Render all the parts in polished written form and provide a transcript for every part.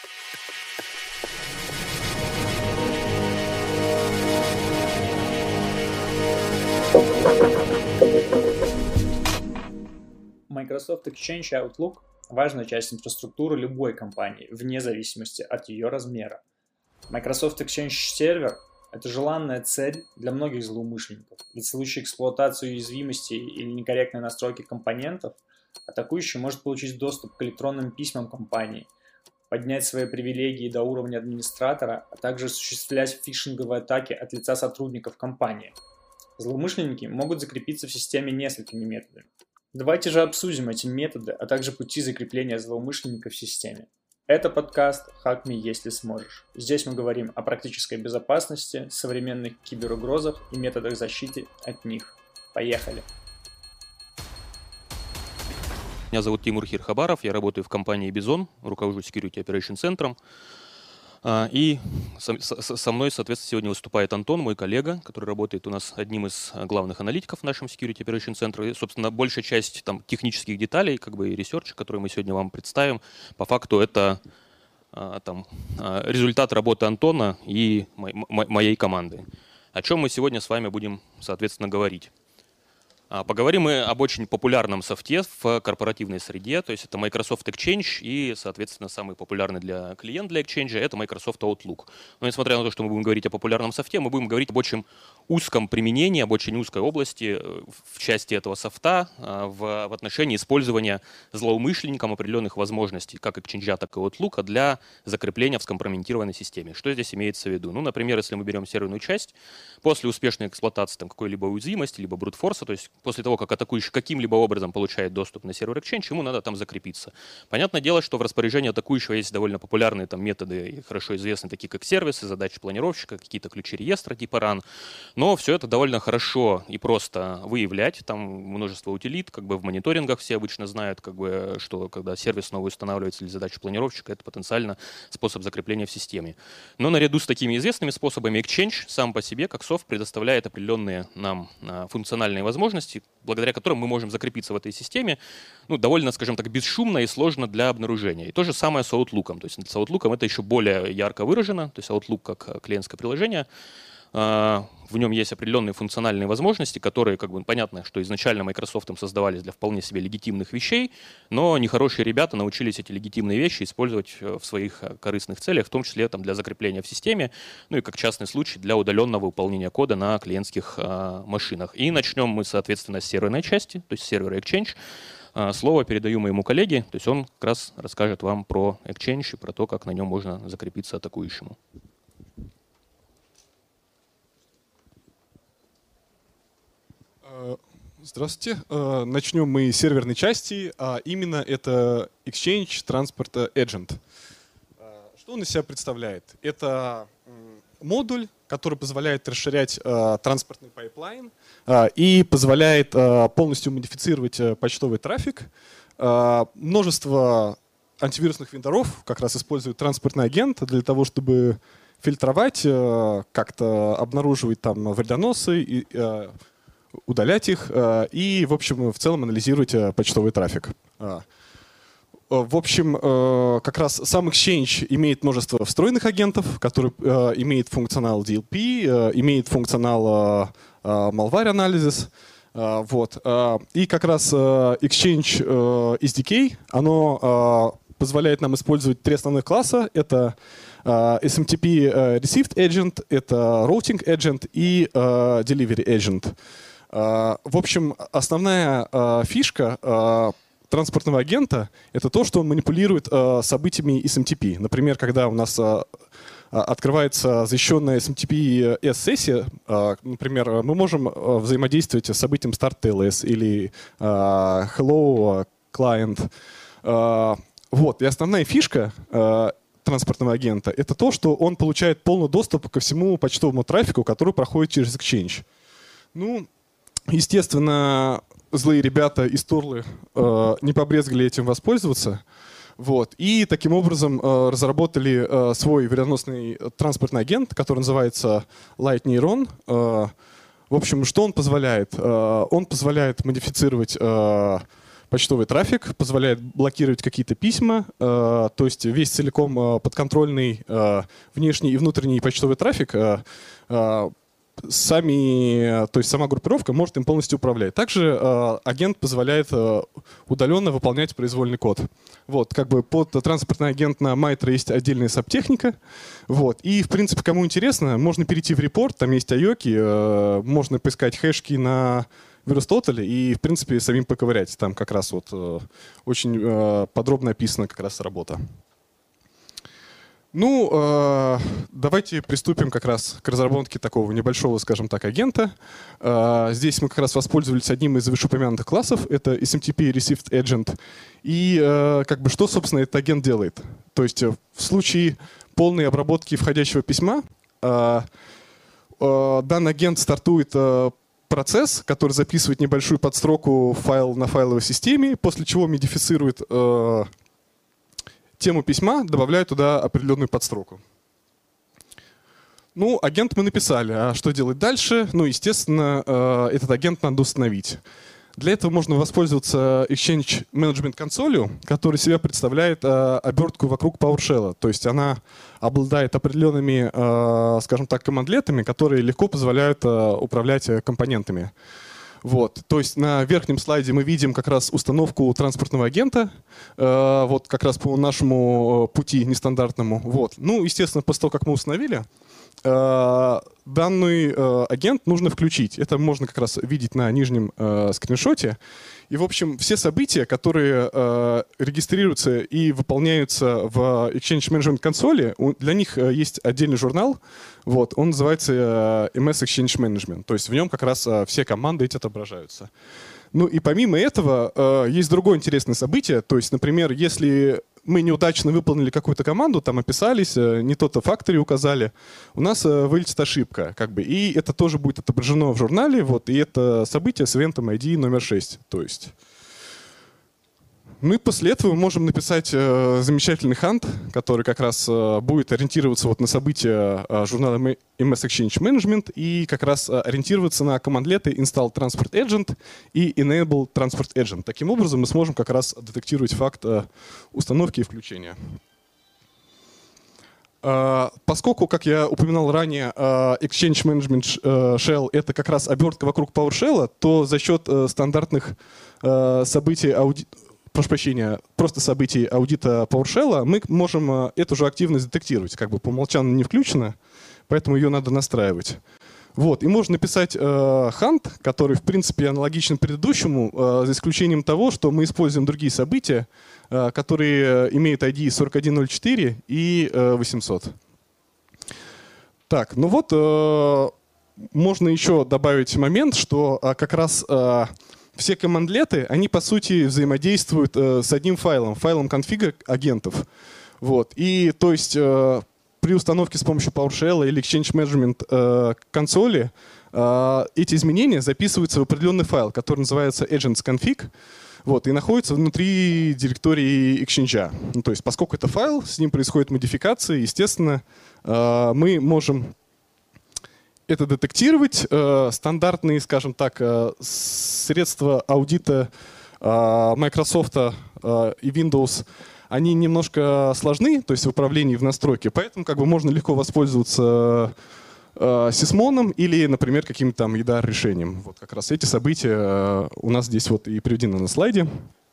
Microsoft Exchange и Outlook – важная часть инфраструктуры любой компании, вне зависимости от ее размера. Microsoft Exchange Server – это желанная цель для многих злоумышленников, ведь в случае эксплуатации уязвимостей или некорректной настройки компонентов атакующий может получить доступ к электронным письмам компании, поднять свои привилегии до уровня администратора, а также осуществлять фишинговые атаки от лица сотрудников компании. Злоумышленники могут закрепиться в системе несколькими методами. Давайте же обсудим эти методы, а также пути закрепления злоумышленника в системе. Это подкаст «Hack Me, если сможешь». Здесь мы говорим о практической безопасности, современных киберугрозах и методах защиты от них. Поехали! Меня зовут Тимур Хирхабаров, я работаю в компании Bizon, руковожу Security Operation центром. И со мной, соответственно, сегодня выступает Антон, мой коллега, который работает у нас одним из главных аналитиков в нашем Security Operation центре. И, собственно, большая часть технических деталей, и ресерча, которые мы сегодня вам представим, по факту это результат работы Антона и моей команды. О чем мы сегодня с вами будем, соответственно, говорить. Поговорим мы об очень популярном софте в корпоративной среде, то есть это Microsoft Exchange и, соответственно, самый популярный клиент для Exchange – это Microsoft Outlook. Но несмотря на то, что мы будем говорить о популярном софте, мы будем говорить об очень узком применении, об очень узкой области в части этого софта в отношении использования злоумышленником определенных возможностей, как Exchange, так и Outlook, для закрепления в скомпрометированной системе. Что здесь имеется в виду? Ну, например, если мы берем серверную часть, после успешной эксплуатации какой-либо уязвимости, либо брутфорса, то есть после того, как атакующий каким-либо образом получает доступ на сервер Exchange, ему надо там закрепиться. Понятное дело, что в распоряжении атакующего есть довольно популярные методы, хорошо известные, такие как сервисы, задачи планировщика, какие-то ключи реестра типа RUN. Но все это довольно хорошо и просто выявлять. Там множество утилит, в мониторингах все обычно знают, что когда сервис новый устанавливается или задача планировщика, это потенциально способ закрепления в системе. Но наряду с такими известными способами Exchange сам по себе, как софт, предоставляет определенные нам функциональные возможности, благодаря которым мы можем закрепиться в этой системе, довольно, скажем так, бесшумно и сложно для обнаружения. И то же самое с Outlook. То есть с Outlook это еще более ярко выражено. То есть Outlook как клиентское приложение, в нем есть определенные функциональные возможности, которые, понятно, что изначально Microsoft создавались для вполне себе легитимных вещей, но нехорошие ребята научились эти легитимные вещи использовать в своих корыстных целях, в том числе для закрепления в системе, и как частный случай для удаленного выполнения кода на клиентских машинах. И начнем мы, соответственно, с серверной части, то есть сервера Exchange. Слово передаю моему коллеге, то есть он как раз расскажет вам про Exchange и про то, как на нем можно закрепиться атакующему. Здравствуйте. Начнем мы с серверной части, а именно это Exchange Transport Agent. Что он из себя представляет? Это модуль, который позволяет расширять транспортный пайплайн и позволяет полностью модифицировать почтовый трафик. Множество антивирусных вендоров как раз используют транспортный агент для того, чтобы фильтровать, как-то обнаруживать вредоносы, удалять их и, в общем, в целом анализировать почтовый трафик. В общем, как раз сам Exchange имеет множество встроенных агентов, который имеет функционал DLP, имеет функционал malware analysis. И как раз Exchange SDK, оно позволяет нам использовать три основных класса. Это SMTP Received Agent, это Routing Agent и Delivery Agent. В общем, основная фишка транспортного агента — это то, что он манипулирует событиями SMTP. Например, когда у нас открывается защищенная SMTP-S-сессия, например, мы можем взаимодействовать с событием start TLS или hello client. И основная фишка транспортного агента — это то, что он получает полный доступ ко всему почтовому трафику, который проходит через Exchange. Естественно, злые ребята из Торлы не побрезгали этим воспользоваться. И таким образом разработали свой вредоносный транспортный агент, который называется Light Neuron. В общем, что он позволяет? Он позволяет модифицировать почтовый трафик, позволяет блокировать какие-то письма, то есть весь целиком подконтрольный внешний и внутренний почтовый трафик то есть сама группировка может им полностью управлять. Также агент позволяет удаленно выполнять произвольный код. Вот, как бы под транспортный агент на Майтре есть отдельная сабтехника. Вот, и, в принципе, кому интересно, можно перейти в репорт, там есть айоки, можно поискать хэшки на VirusTotal и, в принципе, самим поковырять. Там как раз вот очень подробно описана как раз работа. Ну, давайте приступим как раз к разработке такого небольшого, скажем так, агента. Здесь мы как раз воспользовались одним из вышеупомянутых классов, это SMTP Received Agent. И как бы что, собственно, этот агент делает? То есть в случае полной обработки входящего письма данный агент стартует процесс, который записывает небольшую подстроку файл на файловой системе, после чего модифицирует тему письма, добавляю туда определенную подстроку. Ну, агент мы написали. А что делать дальше? Ну, естественно, этот агент надо установить. Для этого можно воспользоваться Exchange Management консолью, которая себя представляет обертку вокруг PowerShell. То есть она обладает определенными, скажем так, командлетами, которые легко позволяют управлять компонентами. Вот. То есть на верхнем слайде мы видим как раз установку транспортного агента, вот как раз по нашему пути нестандартному. Вот. Ну, естественно, после того, как мы установили, данный агент нужно включить. Это можно как раз видеть на нижнем скриншоте. И, в общем, все события, которые регистрируются и выполняются в Exchange Management консоли, для них есть отдельный журнал. Вот, он называется MS Exchange Management. То есть в нем как раз все команды эти отображаются. Ну и помимо этого есть другое интересное событие. То есть, например, если мы неудачно выполнили какую-то команду, там описались, не тот фактори указали, у нас вылетит ошибка. Как бы, и это тоже будет отображено в журнале. Вот, и это событие с ивентом ID номер 6. То есть. Ну и после этого мы можем написать замечательный хант, который как раз будет ориентироваться вот на события журнала MS Exchange Management и как раз ориентироваться на командлеты install transport agent и enable transport agent. Таким образом мы сможем как раз детектировать факт установки и включения. Поскольку, как я упоминал ранее, Exchange Management Shell — это как раз обертка вокруг PowerShell, то за счет стандартных событий просто событий аудита PowerShell мы можем эту же активность детектировать. Как бы по умолчанию не включена, поэтому ее надо настраивать. Вот. И можно написать hunt, который, в принципе, аналогичен предыдущему, за исключением того, что мы используем другие события, которые имеют ID 4104 и 800. Так, ну вот, можно еще добавить момент, что как раз все командлеты, они по сути взаимодействуют с одним файлом конфига агентов. Вот. И то есть при установке с помощью PowerShell или Exchange Management консоли эти изменения записываются в определенный файл, который называется agents.config, вот, и находится внутри директории Exchange. Ну, то есть поскольку это файл, с ним происходят модификации, естественно, мы можем это детектировать. Стандартные, скажем так, средства аудита Microsoft и Windows, они немножко сложны, то есть в управлении, в настройке, поэтому как бы можно легко воспользоваться Sysmon или, например, каким-то там EDR-решением. Вот как раз эти события у нас здесь вот и приведены на слайде.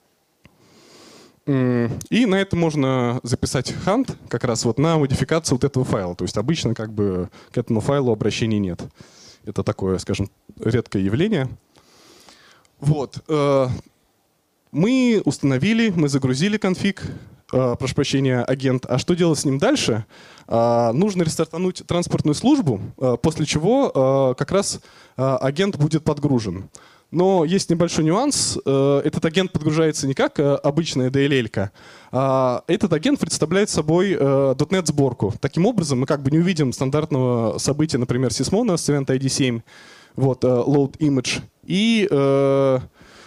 И на это можно записать hunt как раз вот на модификацию вот этого файла. То есть обычно как бы к этому файлу обращений нет. Это такое, скажем, редкое явление. Вот. Мы установили, мы загрузили конфиг, прошу прощения, агент. А что делать с ним дальше? Нужно рестартануть транспортную службу, после чего как раз агент будет подгружен. Но есть небольшой нюанс. Этот агент подгружается не как обычная DLL-ка, а этот агент представляет собой .NET сборку. Таким образом, мы как бы не увидим стандартного события, например, Sysmon с event ID 7, вот, load image.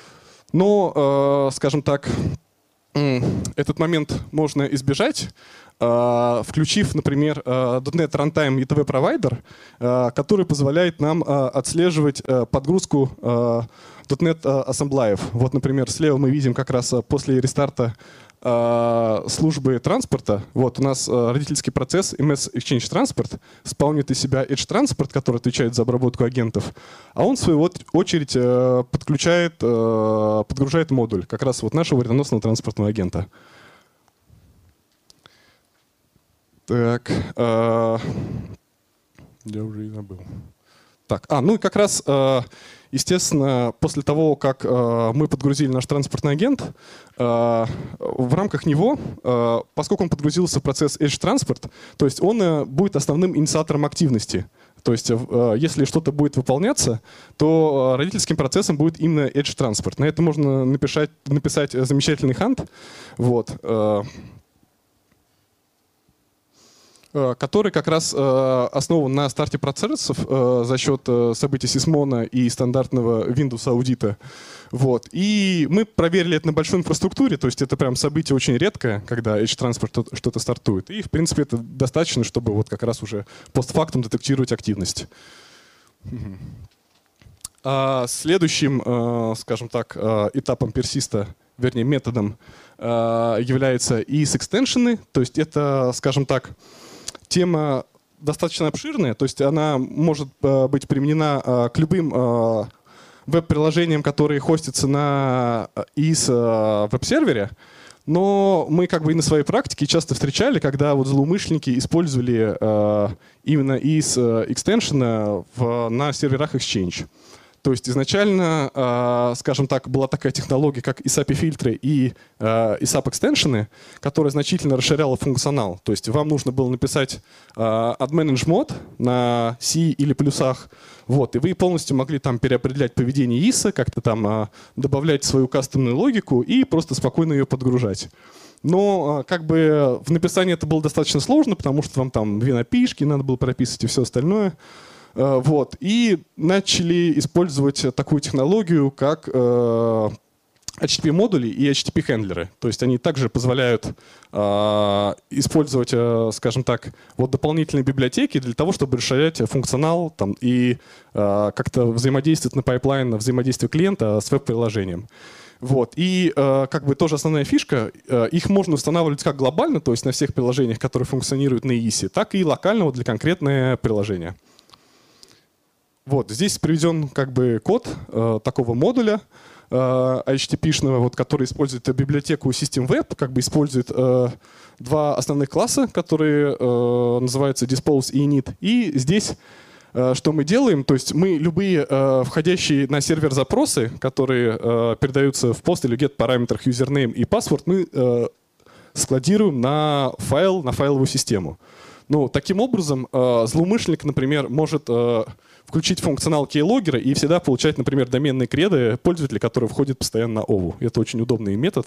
Но, скажем так, этот момент можно избежать, включив, например, .NET Runtime ETV Provider, который позволяет нам отслеживать подгрузку .NET ассемблаев. Вот, например, слева мы видим как раз после рестарта службы транспорта. Вот у нас родительский процесс MS Exchange Transport спаунит из себя Edge Transport, который отвечает за обработку агентов, а он в свою очередь подгружает модуль как раз вот нашего вредоносного транспортного агента. Так, я уже и забыл. Так, ну и как раз, естественно, после того, как мы подгрузили наш транспортный агент, в рамках него, поскольку он подгрузился в процесс Edge Transport, то есть он будет основным инициатором активности. То есть если что-то будет выполняться, то родительским процессом будет именно Edge Transport. На это можно написать замечательный хант. Вот. Который как раз основан на старте процессов за счет событий Sysmon и стандартного Windows аудита. Вот. И мы проверили это на большой инфраструктуре, то есть это прям событие очень редкое, когда Edge Transport что-то стартует. И, в принципе, это достаточно, чтобы вот как раз уже постфактум детектировать активность. Следующим, скажем так, этапом персиста, вернее, методом является ES-экстеншены, то есть это, скажем так, тема достаточно обширная, то есть она может быть применена к любым веб-приложениям, которые хостятся на ES веб-сервере, но мы как бы и на своей практике часто встречали, когда вот злоумышленники использовали именно ES экстеншена на серверах Exchange. То есть изначально, скажем так, была такая технология, как ISAPI-фильтры и ISAP-экстеншены, которая значительно расширяла функционал. То есть вам нужно было написать add-manage-mod на C или плюсах, вот, и вы полностью могли там переопределять поведение ISA, как-то там добавлять свою кастомную логику и просто спокойно ее подгружать. Но как бы в написании это было достаточно сложно, потому что вам там 2 напишки, надо было прописывать и все остальное. Вот. И начали использовать такую технологию, как HTTP-модули и HTTP-хендлеры. То есть они также позволяют использовать, скажем так, вот дополнительные библиотеки для того, чтобы расширять функционал там, и как-то взаимодействовать на пайплайн, на взаимодействие клиента с веб-приложением. Вот. И как бы тоже основная фишка, их можно устанавливать как глобально, то есть на всех приложениях, которые функционируют на ES, так и локально вот для конкретного приложения. Вот, здесь приведен как бы код такого модуля HTTP-шного, вот, который использует библиотеку SystemWeb, как бы использует 2 основных класса, которые называются Dispose и Init. И здесь что мы делаем? То есть мы любые входящие на сервер запросы, которые передаются в пост или get параметрах username и password, мы складируем на файл, на файловую систему. Ну, таким образом, злоумышленник, например, может включить функционал keylogger и всегда получать, например, доменные креды пользователя, который входит постоянно на OVU. Это очень удобный метод.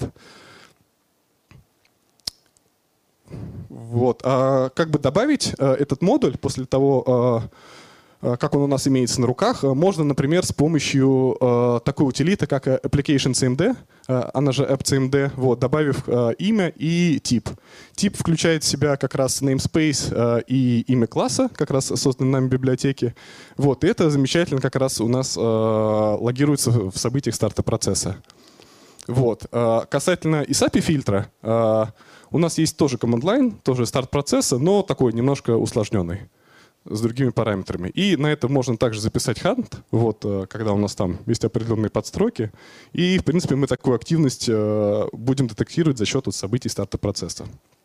Вот. А как бы добавить этот модуль после того, как он у нас имеется на руках, можно, например, с помощью такой утилиты, как application.cmd, она же app.cmd, вот, добавив имя и тип. Тип включает в себя как раз namespace и имя класса, как раз созданной нами библиотеки. Вот, и это замечательно как раз у нас логируется в событиях старта процесса. Вот. Касательно ISAPI-фильтра, у нас есть тоже command line, тоже старт процесса, но такой немножко усложненный, с другими параметрами. И на это можно также записать хант, вот, когда у нас там есть определенные подстроки. И, в принципе, мы такую активность будем детектировать за счет вот событий старта процесса.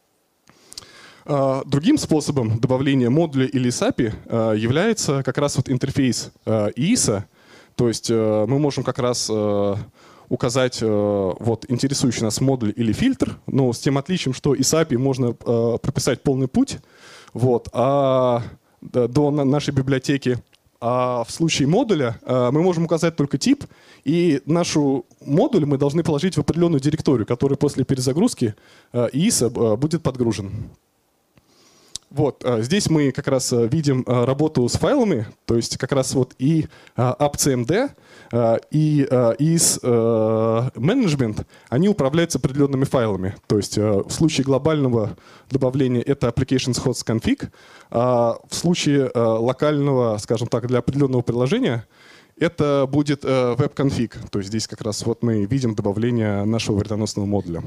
Другим способом добавления модуля или SAPI является как раз вот интерфейс EIS. То есть мы можем как раз указать вот, интересующий нас модуль или фильтр, но с тем отличием, что и SAPI можно прописать полный путь, вот, до нашей библиотеки. А в случае модуля мы можем указать только тип, и нашу модуль мы должны положить в определенную директорию, которая после перезагрузки EIS будет подгружен. Вот, здесь мы как раз видим работу с файлами, то есть как раз вот и appcmd, и is management, они управляются определенными файлами. То есть в случае глобального добавления это applications host config, а в случае локального, скажем так, для определенного приложения это будет web-config. То есть здесь как раз вот мы видим добавление нашего вредоносного модуля.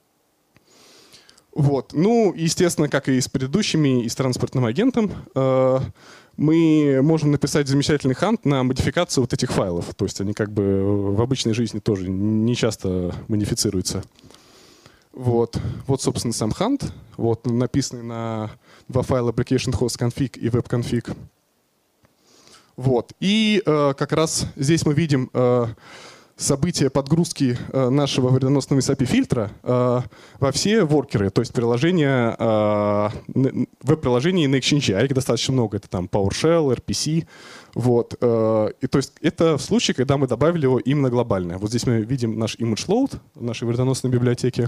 Вот. Ну, естественно, как и с предыдущими, и с транспортным агентом, мы можем написать замечательный хант на модификацию вот этих файлов. То есть они как бы в обычной жизни тоже не часто модифицируются. Вот, вот собственно, сам хант, вот, написанный на два файла application host config и web config. Вот. И как раз здесь мы видим события подгрузки нашего вредоносного SAPI фильтра во все воркеры, то есть приложения, веб-приложений на Exchange, а их достаточно много, это там PowerShell, RPC. Вот. И то есть это в случае, когда мы добавили его именно глобально. Вот здесь мы видим наш image load в нашей вредоносной библиотеке.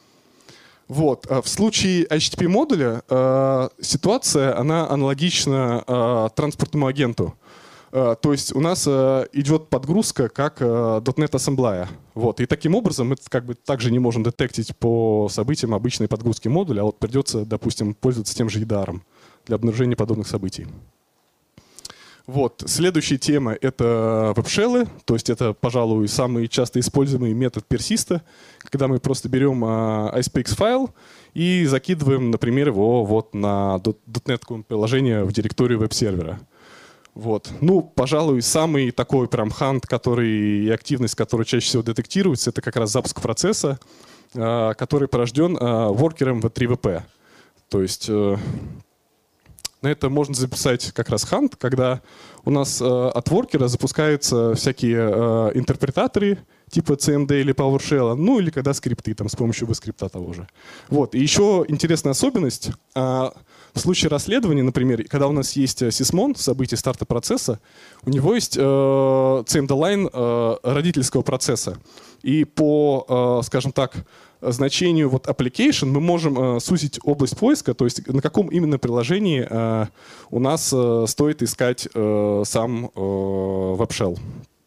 Вот. В случае HTTP модуля ситуация, она аналогична транспортному агенту. То есть у нас идет подгрузка как .NET Assembly. Вот. И таким образом мы как бы также не можем детектить по событиям обычной подгрузки модуля, а вот придется, допустим, пользоваться тем же EDR для обнаружения подобных событий. Вот. Следующая тема — это веб-шеллы, то есть это, пожалуй, самый часто используемый метод персиста, когда мы просто берем ISPX файл и закидываем, например, его вот на .NET приложение в директорию веб-сервера. Вот. Ну, пожалуй, самый такой прям хант, который и активность, которая чаще всего детектируется, это как раз запуск процесса, который порожден воркером v3vp. То есть на это можно записать как раз хант, когда у нас от воркера запускаются всякие интерпретаторы типа CMD или PowerShell, ну или когда скрипты там, с помощью V-скрипта того же. Вот. И еще интересная особенность. В случае расследования, например, когда у нас есть sysmon, событие старта процесса, у него есть CMD-line родительского процесса. И по, скажем так, значению вот application мы можем сузить область поиска, то есть на каком именно приложении у нас стоит искать сам WebShell.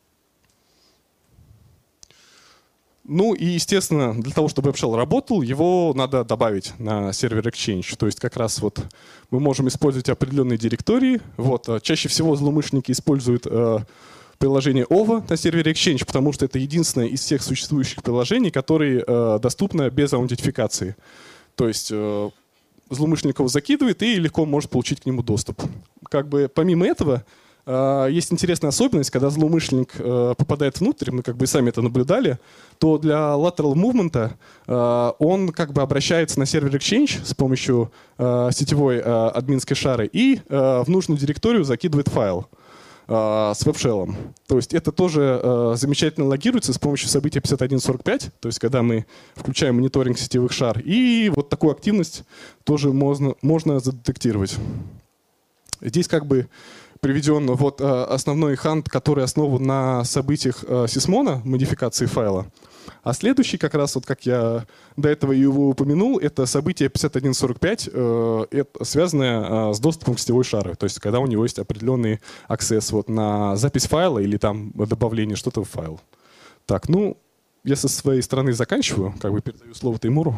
Ну и, естественно, для того, чтобы WebShell работал, его надо добавить на сервер Exchange. То есть как раз вот мы можем использовать определенные директории. Вот. Чаще всего злоумышленники используют приложение OVA на сервере Exchange, потому что это единственное из всех существующих приложений, которые доступно без аутентификации. То есть злоумышленник его закидывает и легко может получить к нему доступ. Как бы помимо этого, есть интересная особенность, когда злоумышленник попадает внутрь, мы как бы сами это наблюдали, то для lateral movement он как бы обращается на сервер Exchange с помощью сетевой админской шары и в нужную директорию закидывает файл с веб-шеллом. То есть это тоже замечательно логируется с помощью события 5145, то есть когда мы включаем мониторинг сетевых шар, и вот такую активность тоже можно задетектировать. Здесь как бы приведен вот основной хант, который основан на событиях сисмона, модификации файла. А следующий, как раз вот как я до этого его упомянул, это событие 5145, это связанное с доступом к сетевой шары. То есть когда у него есть определенный аксесс вот на запись файла или там добавление что-то в файл. Так, ну, я со своей стороны заканчиваю, как бы передаю слово Теймуру.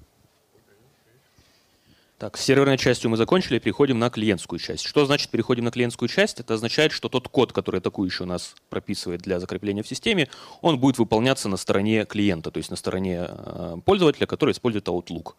Так, с серверной частью мы закончили, переходим на клиентскую часть. Что значит переходим на клиентскую часть? Это означает, что тот код, который атакующий у нас прописывает для закрепления в системе, он будет выполняться на стороне клиента, то есть на стороне пользователя, который использует Outlook.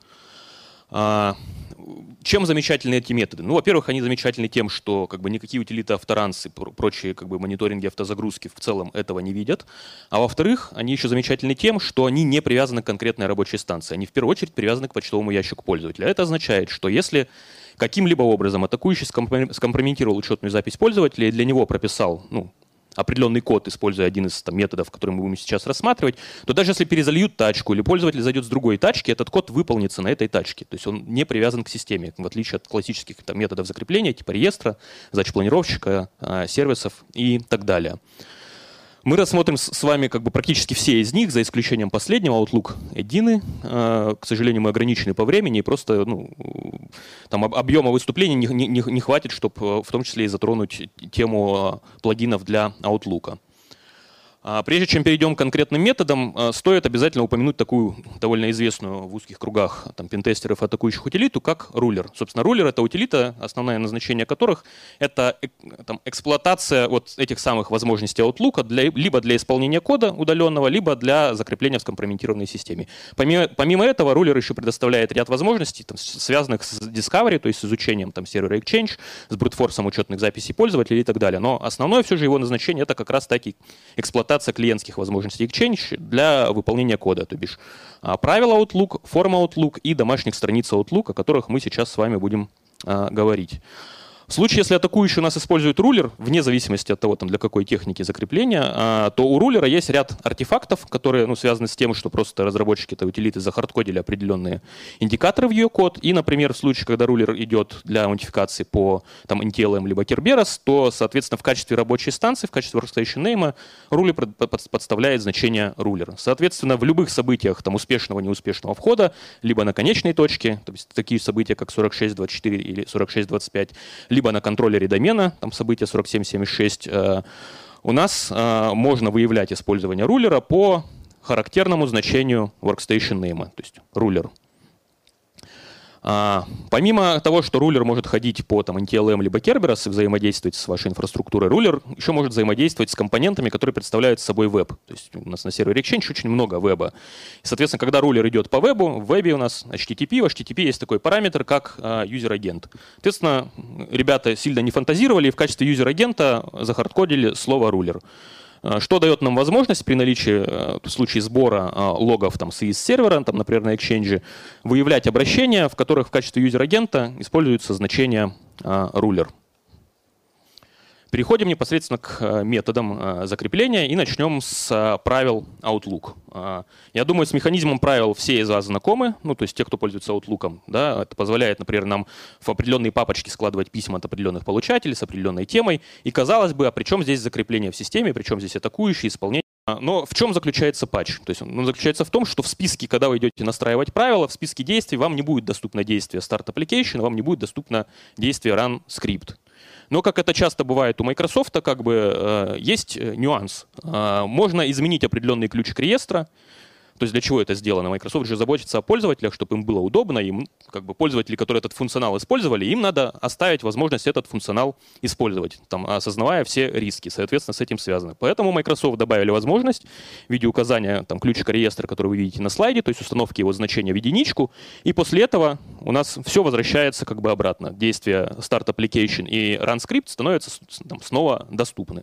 Чем замечательны эти методы? Ну, во-первых, они замечательны тем, что как бы никакие утилиты авторанс и прочие как бы мониторинги автозагрузки в целом этого не видят. А во-вторых, они еще замечательны тем, что они не привязаны к конкретной рабочей станции. Они в первую очередь привязаны к почтовому ящику пользователя. Это означает, что если каким-либо образом атакующий скомпрометировал учетную запись пользователя и для него прописал, определенный код, используя один из методов, который мы будем сейчас рассматривать, то даже если перезальют тачку или пользователь зайдет с другой тачки, этот код выполнится на этой тачке. То есть он не привязан к системе, в отличие от классических методов закрепления, типа реестра, задач планировщика, сервисов и так далее. Мы рассмотрим с вами как бы практически все из них, за исключением последнего, Outlook Ediny. К сожалению, мы ограничены по времени, и просто там объема выступлений не хватит, чтобы в том числе и затронуть тему плагинов для Outlook. Прежде чем перейдем к конкретным методам, стоит обязательно упомянуть такую довольно известную в узких кругах пентестеров, атакующих утилиту, как рулер. Собственно, рулер — это утилита, основное назначение которых — это эксплуатация вот этих самых возможностей Outlook либо для исполнения кода удаленного, либо для закрепления в скомпрометированной системе. Помимо этого, рулер еще предоставляет ряд возможностей, связанных с Discovery, то есть с изучением сервера Exchange, с брутфорсом учетных записей пользователей и так далее. Но основное все же его назначение — это как раз-таки эксплуатация клиентских возможностей Exchange для выполнения кода, то бишь правила Outlook, форма Outlook и домашних страниц Outlook, о которых мы сейчас с вами будем говорить. В случае, если атакующий у нас использует рулер, вне зависимости от того, для какой техники закрепления, то у рулера есть ряд артефактов, которые связаны с тем, что просто разработчики этой утилиты захардкодили определенные индикаторы в ее код. И, например, в случае, когда рулер идет для аутентификации по NTLM либо Kerberos, то, соответственно, в качестве рабочей станции, в качестве workstation name рулер подставляет значение рулер. Соответственно, в любых событиях успешного, неуспешного входа, либо на конечной точке, то есть такие события, как 46.24 или 46.25, либо на контроллере домена, событие 47.76, у нас можно выявлять использование рулера по характерному значению workstation name, то есть рулер. Помимо того, что рулер может ходить по NTLM либо Kerberos и взаимодействовать с вашей инфраструктурой, рулер еще может взаимодействовать с компонентами, которые представляют собой веб. То есть у нас на сервере Exchange очень много веба. И, соответственно, когда рулер идет по вебу, в вебе у нас HTTP, в HTTP есть такой параметр, как юзер-агент. Соответственно, ребята сильно не фантазировали и в качестве юзер-агента захардкодили слово рулер. Что дает нам возможность при наличии, в случае сбора логов с сервера, например, на Exchange, выявлять обращения, в которых в качестве юзер-агента используется значение рулер. Переходим непосредственно к методам закрепления и начнем с правил Outlook. Я думаю, с механизмом правил все из вас знакомы, то есть те, кто пользуется Outlook. Да, это позволяет, например, нам в определенные папочки складывать письма от определенных получателей с определенной темой. И казалось бы, а при чем здесь закрепление в системе, при чем здесь атакующий, исполнение? Но в чем заключается патч? То есть он заключается в том, что в списке, когда вы идете настраивать правила, в списке действий вам не будет доступно действие Start Application, вам не будет доступно действие Run Script. Но, как это часто бывает у Microsoft, есть нюанс. Можно изменить определенный ключик реестра. То есть для чего это сделано? Microsoft же заботится о пользователях, чтобы им было удобно. Им, пользователи, которые этот функционал использовали, им надо оставить возможность этот функционал использовать, осознавая все риски, соответственно, с этим связано. Поэтому Microsoft добавили возможность в виде указания ключика реестра, который вы видите на слайде, то есть установки его значения в единичку. И после этого у нас все возвращается обратно. Действия Start Application и Run Script становятся снова доступны.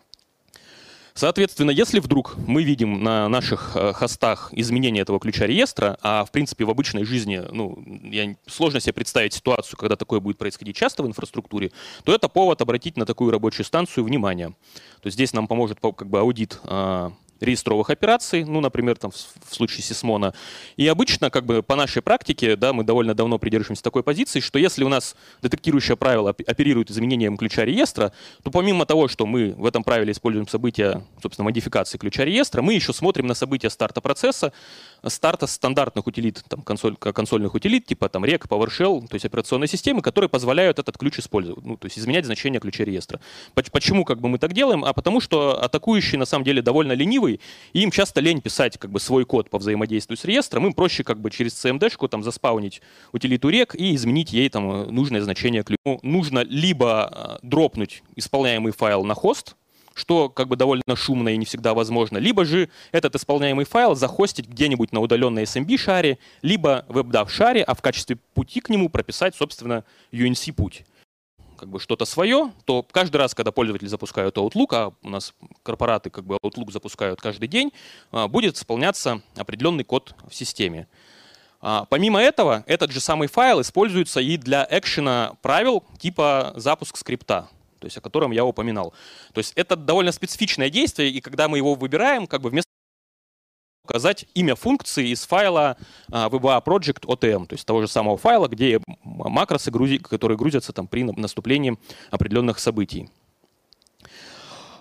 Соответственно, если вдруг мы видим на наших хостах изменение этого ключа реестра, а в принципе в обычной жизни сложно себе представить ситуацию, когда такое будет происходить часто в инфраструктуре, то это повод обратить на такую рабочую станцию внимание. То есть здесь нам поможет аудит реестровых операций, например, в случае Sysmon. И обычно, по нашей практике, мы довольно давно придерживаемся такой позиции, что если у нас детектирующее правило оперирует изменением ключа реестра, то помимо того, что мы в этом правиле используем события, собственно, модификации ключа реестра, мы еще смотрим на события старта процесса, старта стандартных утилит, консольных утилит, типа rec, PowerShell, то есть операционной системы, которые позволяют этот ключ использовать, то есть изменять значение ключа реестра. Почему мы так делаем? А потому что атакующие на самом деле довольно ленивые, и им часто лень писать свой код по взаимодействию с реестром, им проще через CMD-шку заспаунить утилиту rec и изменить ей нужное значение ключа. Нужно либо дропнуть исполняемый файл на хост, что довольно шумно и не всегда возможно, либо же этот исполняемый файл захостить где-нибудь на удаленной SMB-шаре, либо WebDAV-шаре, а в качестве пути к нему прописать, собственно, UNC-путь. Что-то свое, то каждый раз, когда пользователи запускают Outlook, а у нас корпораты Outlook запускают каждый день, будет исполняться определенный код в системе. Помимо этого, этот же самый файл используется и для экшена правил типа запуск скрипта, то есть о котором я упоминал. То есть это довольно специфичное действие, и когда мы его выбираем, вместо указать имя функции из файла VBA Project OTM, то есть того же самого файла, где макросы, которые грузятся при наступлении определенных событий.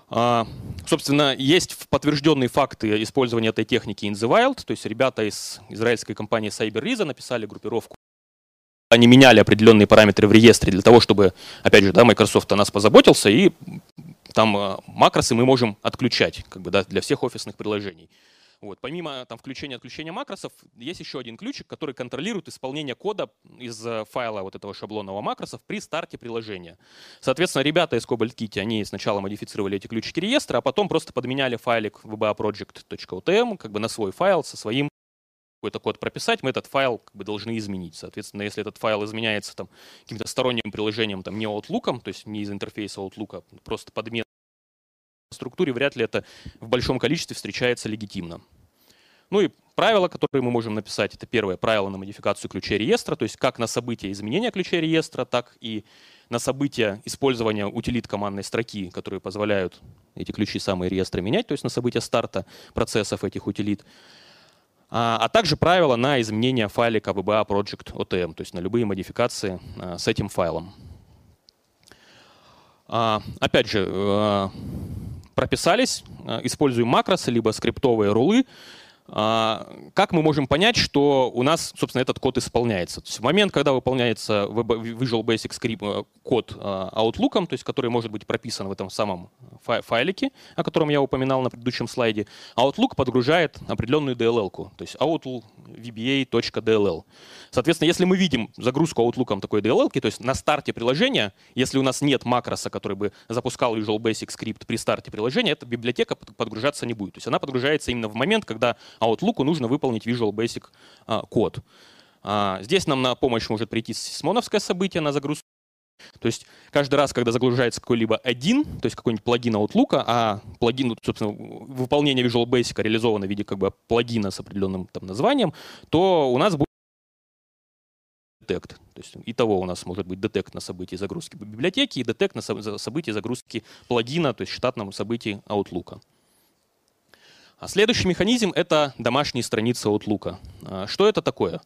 Собственно, есть подтвержденные факты использования этой техники in the wild, то есть ребята из израильской компании CyberRiza написали группировку. Они меняли определенные параметры в реестре для того, чтобы, опять же, да, Microsoft о нас позаботился, и там макросы мы можем отключать как бы, да, для всех офисных приложений. Вот. Помимо там, включения-отключения макросов, есть еще один ключик, который контролирует исполнение кода из файла вот этого шаблонного макросов при старте приложения. Соответственно, ребята из CobaltKitty, они сначала модифицировали эти ключики реестра, а потом просто подменяли файлик vbaproject.otm как бы на свой файл со своим какой-то код прописать, мы этот файл как бы должны изменить. Соответственно, если этот файл изменяется там, каким-то сторонним приложением, там, не Outlook, то есть не из интерфейса Outlook, просто подмена в структуре, вряд ли это в большом количестве встречается легитимно. Ну и правила, которые мы можем написать, это первое правило на модификацию ключей реестра, то есть как на события изменения ключей реестра, так и на события использования утилит командной строки, которые позволяют эти ключи самые реестры менять, то есть на события старта процессов этих утилит. А также правила на изменение файлика vbaproject.otm, то есть на любые модификации с этим файлом. Опять же, прописались, используем макросы, либо скриптовые рулы. Как мы можем понять, что у нас, собственно, этот код исполняется? То есть в момент, когда выполняется Visual Basic Script код Outlook, то есть который может быть прописан в этом самом файлике, о котором я упоминал на предыдущем слайде, Outlook подгружает определенную DLL-ку, то есть outlook.vba.dll. Соответственно, если мы видим загрузку Outlook такой DLL-ки, то есть на старте приложения, если у нас нет макроса, который бы запускал Visual Basic Script при старте приложения, эта библиотека подгружаться не будет. То есть она подгружается именно в момент, когда Outlook нужно выполнить Visual Basic код. Здесь нам на помощь может прийти сисмоновское событие на загрузку. То есть каждый раз, когда загружается какой-либо один, то есть какой-нибудь плагин Outlook, а плагин, собственно, выполнение Visual Basic реализовано в виде как бы плагина с определенным там названием, то у нас будет детект. То есть итого у нас может быть детект на событии загрузки библиотеки и детект на событии загрузки плагина, то есть штатном событии Outlook. А следующий механизм — это домашние страницы Outlook. Что это такое?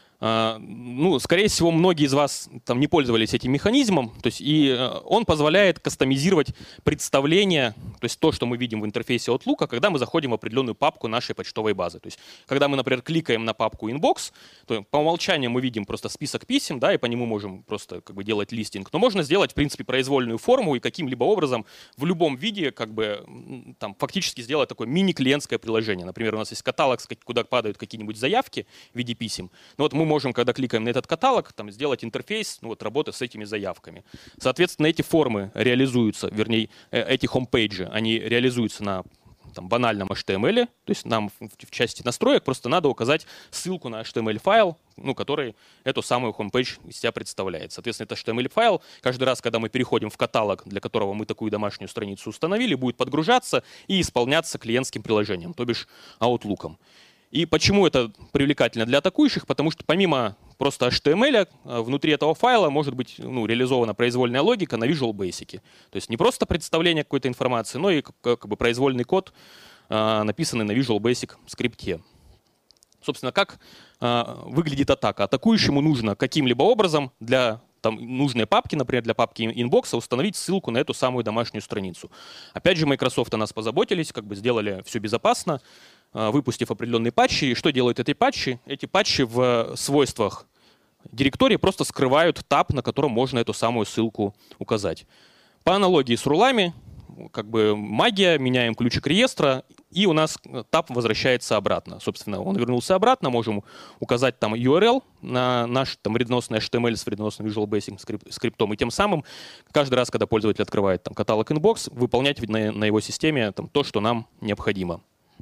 Ну, скорее всего, многие из вас там не пользовались этим механизмом, то есть и он позволяет кастомизировать представление, то есть то, что мы видим в интерфейсе Outlook, когда мы заходим в определенную папку нашей почтовой базы. То есть когда мы, например, кликаем на папку Inbox, то по умолчанию мы видим просто список писем, да, и по нему можем просто как бы делать листинг. Но можно сделать, в принципе, произвольную форму и каким-либо образом в любом виде как бы там фактически сделать такое мини-клиентское приложение. Например, у нас есть каталог, куда падают какие-нибудь заявки в виде писем. Но вот мы можем, когда кликаем на этот каталог, там, сделать интерфейс работы с этими заявками. Соответственно, эти формы реализуются, вернее, эти хомпейджи, они реализуются на там, банальном HTML, то есть нам в части настроек просто надо указать ссылку на HTML-файл, который эту самую хомпейдж из себя представляет. Соответственно, этот HTML-файл каждый раз, когда мы переходим в каталог, для которого мы такую домашнюю страницу установили, будет подгружаться и исполняться клиентским приложением, то бишь Outlook. И почему это привлекательно для атакующих? Потому что помимо просто HTML, внутри этого файла может быть реализована произвольная логика на Visual Basic. То есть не просто представление какой-то информации, но и как бы произвольный код, написанный на Visual Basic скрипте. Собственно, как выглядит атака? Атакующему нужно каким-либо образом для нужной папки, например, для папки инбокса, установить ссылку на эту самую домашнюю страницу. Опять же, Microsoft о нас позаботились, как бы сделали все безопасно, выпустив определенные патчи. И что делают эти патчи? Эти патчи в свойствах директории просто скрывают таб, на котором можно эту самую ссылку указать. По аналогии с рулами, как бы магия, меняем ключик реестра, и у нас таб возвращается обратно. Собственно, он вернулся обратно, можем указать там URL на наш там вредоносный HTML с вредоносным Visual Basic скриптом, и тем самым каждый раз, когда пользователь открывает там каталог Inbox, выполнять на его системе там то, что нам необходимо.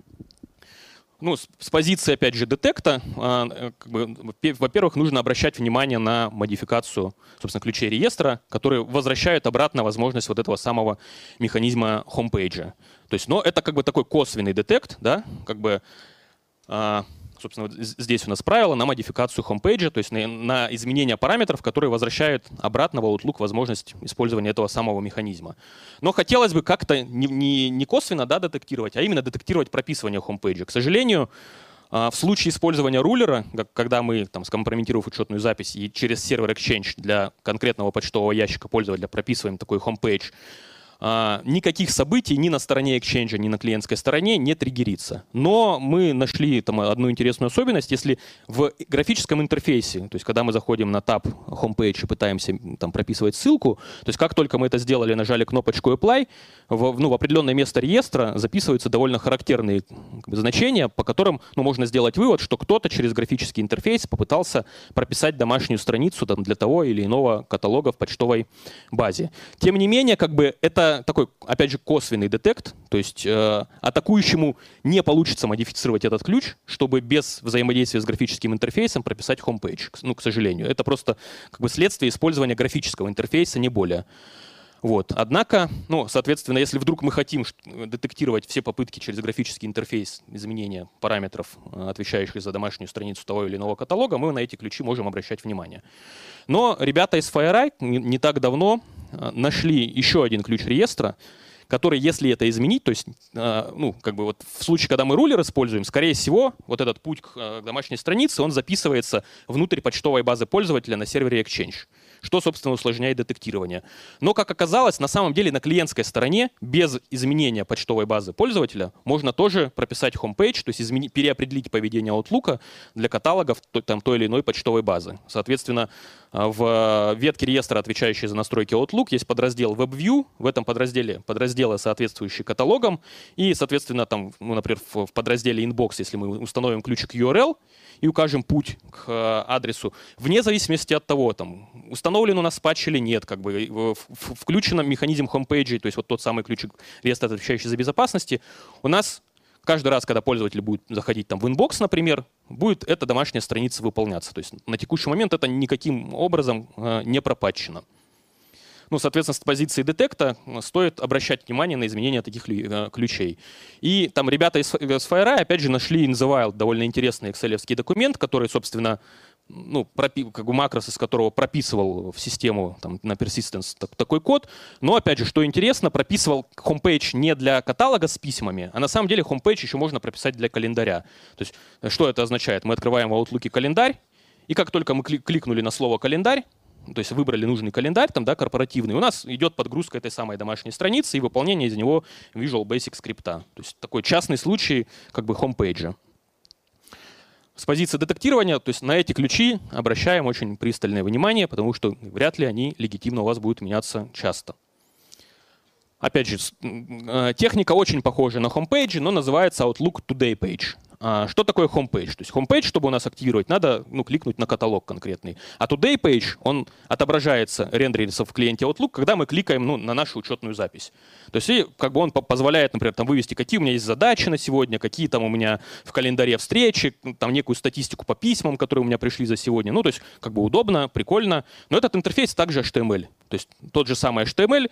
С позиции, опять же, детекта, во-первых, нужно обращать внимание на модификацию, собственно, ключей реестра, которые возвращают обратно возможность вот этого самого механизма хомпейджа. То есть, это как бы такой косвенный детект, да, как бы, собственно, вот здесь у нас правило на модификацию хомпейджа, то есть на изменение параметров, которые возвращают обратно в Outlook возможность использования этого самого механизма. Но хотелось бы как-то не косвенно, да, детектировать, а именно детектировать прописывание хомпейджа. К сожалению, в случае использования рулера, когда мы, скомпрометировав учетную запись и через сервер Exchange для конкретного почтового ящика пользователя прописываем такой хомпейдж, никаких событий ни на стороне Exchange, ни на клиентской стороне не триггерится. Но мы нашли там одну интересную особенность. Если в графическом интерфейсе, то есть когда мы заходим на таб Homepage и пытаемся там прописывать ссылку, то есть как только мы это сделали, нажали кнопочку Apply, в определенное место реестра записываются довольно характерные значения, по которым можно сделать вывод, что кто-то через графический интерфейс попытался прописать домашнюю страницу там, для того или иного каталога в почтовой базе. Тем не менее, это такой, опять же, косвенный детект, то есть атакующему не получится модифицировать этот ключ, чтобы без взаимодействия с графическим интерфейсом прописать homepage. К сожалению. Это просто следствие использования графического интерфейса, не более. Вот. Однако, соответственно, если вдруг мы хотим детектировать все попытки через графический интерфейс изменения параметров, отвечающих за домашнюю страницу того или иного каталога, мы на эти ключи можем обращать внимание. Но ребята из FireEye не так давно нашли еще один ключ реестра, который, если это изменить, то есть, в случае, когда мы рулер используем, скорее всего, вот этот путь к домашней странице, он записывается внутрь почтовой базы пользователя на сервере Exchange, что, собственно, усложняет детектирование. Но, как оказалось, на самом деле на клиентской стороне без изменения почтовой базы пользователя можно тоже прописать homepage, то есть переопределить поведение Outlook для каталогов той или иной почтовой базы. Соответственно, в ветке реестра, отвечающей за настройки Outlook, есть подраздел WebView. В этом подразделе подразделы, соответствующие каталогам. И, соответственно, там, например, в подразделе Inbox, если мы установим ключик URL и укажем путь к адресу, вне зависимости от того, установлен у нас патч или нет, включен механизм homepage, то есть вот тот самый ключик реестра, отвечающий за безопасность, у нас каждый раз, когда пользователь будет заходить в инбокс, например, будет эта домашняя страница выполняться. То есть на текущий момент это никаким образом не пропатчено. Соответственно, с позиции детекта стоит обращать внимание на изменения таких ключей. И там ребята из FireEye, опять же, нашли in the wild довольно интересный экселевский документ, который, собственно, макрос, из которого прописывал в систему на persistence такой код. Но, опять же, что интересно, прописывал homepage не для каталога с письмами, а на самом деле homepage еще можно прописать для календаря. То есть, что это означает? Мы открываем в Outlook календарь, и как только мы кликнули на слово «календарь», то есть выбрали нужный календарь, корпоративный, у нас идет подгрузка этой самой домашней страницы и выполнение из него Visual Basic скрипта. То есть такой частный случай homepage. С позиции детектирования, то есть на эти ключи обращаем очень пристальное внимание, потому что вряд ли они легитимно у вас будут меняться часто. Опять же, техника очень похожа на homepage, но называется Outlook Today Page. Что такое homepage? То есть homepage, чтобы у нас активировать, надо кликнуть на каталог конкретный. А Today Page, он отображается, рендерится в клиенте Outlook, когда мы кликаем на нашу учетную запись. То есть он позволяет, например, вывести, какие у меня есть задачи на сегодня, какие там у меня в календаре встречи, некую статистику по письмам, которые у меня пришли за сегодня. То есть удобно, прикольно. Но этот интерфейс также HTML. То есть тот же самый HTML,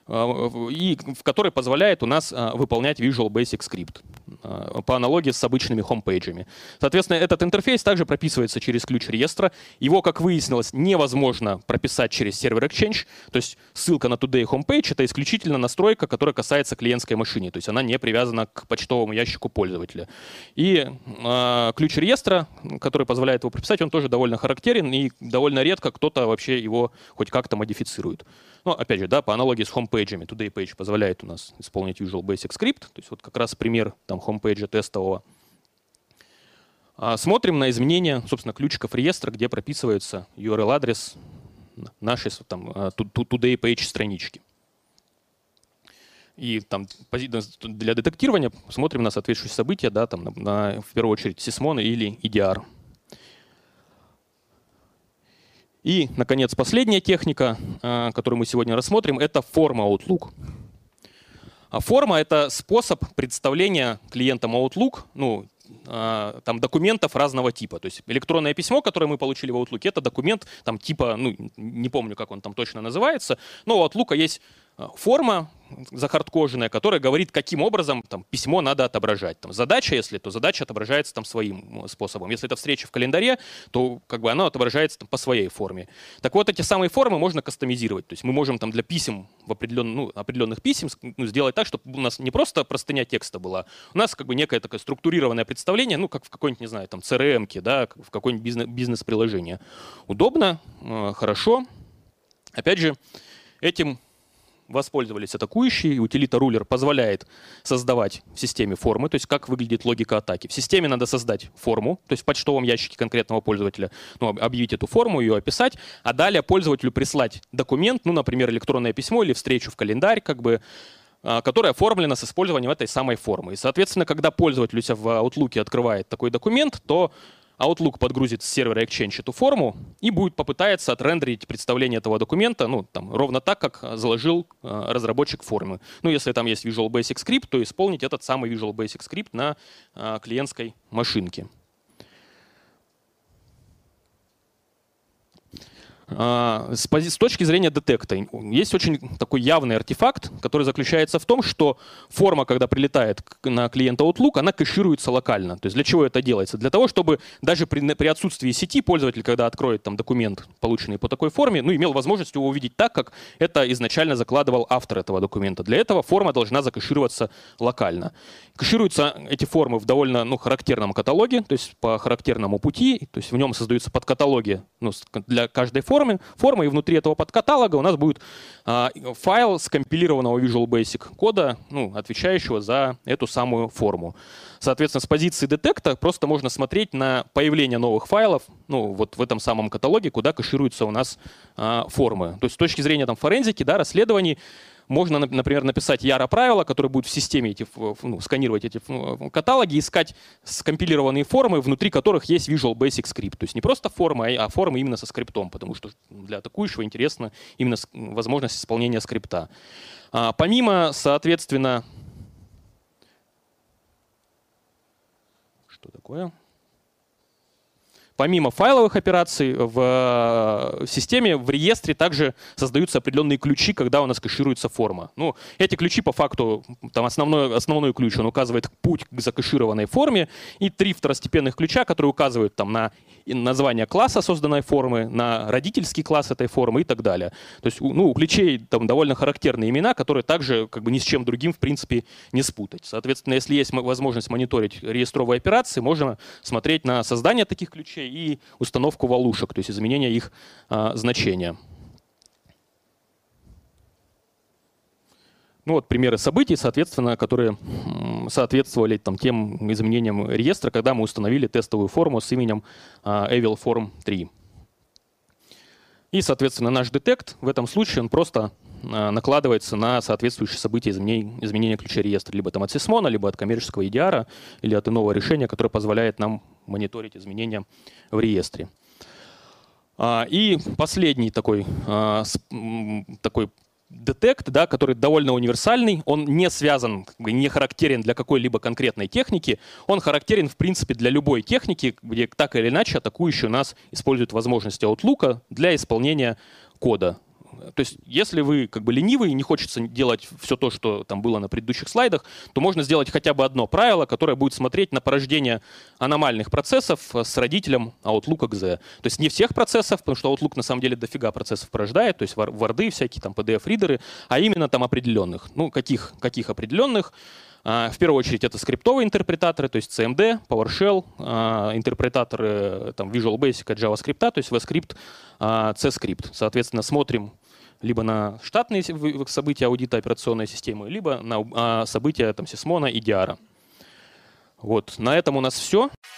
и в который позволяет у нас выполнять Visual Basic Script по аналогии с обычными homepage. Соответственно, этот интерфейс также прописывается через ключ реестра. Его, как выяснилось, невозможно прописать через сервер Exchange. То есть ссылка на Today Homepage — это исключительно настройка, которая касается клиентской машины. То есть она не привязана к почтовому ящику пользователя. И ключ реестра, который позволяет его прописать, он тоже довольно характерен, и довольно редко кто-то вообще его хоть как-то модифицирует. Но, опять же, по аналогии с homepage, Today Page позволяет у нас исполнить Visual Basic Script. То есть вот как раз пример homepage тестового. Смотрим на изменения, собственно, ключиков реестра, где прописывается URL-адрес нашей Today Page странички. И для детектирования смотрим на соответствующие события, в первую очередь Sysmon или EDR. И, наконец, последняя техника, которую мы сегодня рассмотрим, это форма Outlook. Форма — это способ представления клиентам Outlook документов разного типа. То есть электронное письмо, которое мы получили в Outlook, это документ типа, не помню, как он точно называется, но у Outlook есть форма захардкоженная, которая говорит, каким образом письмо надо отображать. Задача, если, то задача отображается своим способом. Если это встреча в календаре, то она отображается по своей форме. Так вот, эти самые формы можно кастомизировать. То есть мы можем для писем, определенных писем сделать так, чтобы у нас не просто простыня текста была, у нас некое такое структурированное представление, как в какой-нибудь, не знаю, CRM-ке, в какое-нибудь бизнес-приложение. Удобно, хорошо. Опять же, этим воспользовались атакующие, и утилита рулер позволяет создавать в системе формы, то есть как выглядит логика атаки. В системе надо создать форму, то есть в почтовом ящике конкретного пользователя, объявить эту форму, ее описать, а далее пользователю прислать документ, например, электронное письмо или встречу в календарь, которая оформлена с использованием этой самой формы. И, соответственно, когда пользователь у себя в Outlook открывает такой документ, то Outlook подгрузит с сервера Exchange эту форму и будет попытаться отрендерить представление этого документа ровно так, как заложил разработчик формы. Если там есть Visual Basic Script, то исполнить этот самый Visual Basic Script на клиентской машинке. С точки зрения детекта есть очень такой явный артефакт, который заключается в том, что форма, когда прилетает на клиента Outlook, она кэшируется локально. То есть для чего это делается? Для того, чтобы даже при отсутствии сети пользователь, когда откроет документ, полученный по такой форме, имел возможность его увидеть так, как это изначально закладывал автор этого документа. Для этого форма должна закэшироваться локально. Кэшируются эти формы в довольно характерном каталоге, то есть по характерному пути, то есть в нем создаются подкаталоги для каждой формы, и внутри этого подкаталога у нас будет файл скомпилированного Visual Basic кода, отвечающего за эту самую форму. Соответственно, с позиции детекта просто можно смотреть на появление новых файлов в этом самом каталоге, куда кэшируются у нас формы. То есть с точки зрения форензики, расследований, можно, например, написать Яро-правила, которые будут в системе сканировать эти каталоги, искать скомпилированные формы, внутри которых есть Visual Basic Script. То есть не просто формы, а формы именно со скриптом, потому что для атакующего интересна именно возможность исполнения скрипта. Помимо, соответственно... Что такое? Помимо файловых операций, в системе, в реестре также создаются определенные ключи, когда у нас кэшируется форма. Эти ключи по факту, основной ключ, он указывает путь к закэшированной форме, и 3 второстепенных ключа, которые указывают на название класса созданной формы, на родительский класс этой формы и так далее. То есть у ключей довольно характерные имена, которые также ни с чем другим в принципе не спутать. Соответственно, если есть возможность мониторить реестровые операции, можно смотреть на создание таких ключей и установку валушек, то есть изменение их значения. Примеры событий, соответственно, которые соответствовали тем изменениям реестра, когда мы установили тестовую форму с именем Evil Form 3. И, соответственно, наш детект в этом случае он просто накладывается на соответствующие события изменения ключа реестра, либо от Sysmon, либо от коммерческого EDR, или от иного решения, которое позволяет нам мониторить изменения в реестре. И последний такой детект, который довольно универсальный, он не связан, не характерен для какой-либо конкретной техники, он характерен, в принципе, для любой техники, где так или иначе атакующий у нас использует возможности Outlook для исполнения кода. То есть, если вы ленивый и не хочется делать все то, что там было на предыдущих слайдах, то можно сделать хотя бы одно правило, которое будет смотреть на порождение аномальных процессов с родителем Outlook .exe. То есть не всех процессов, потому что Outlook на самом деле дофига процессов порождает, то есть варды всякие, PDF-ридеры, а именно определенных. Каких определенных? В первую очередь это скриптовые интерпретаторы, то есть CMD, PowerShell, интерпретаторы Visual Basic от JavaScript, то есть VScript, CScript. Соответственно, смотрим либо на штатные события аудита операционной системы, либо на события Sysmon и EDR. На этом у нас все.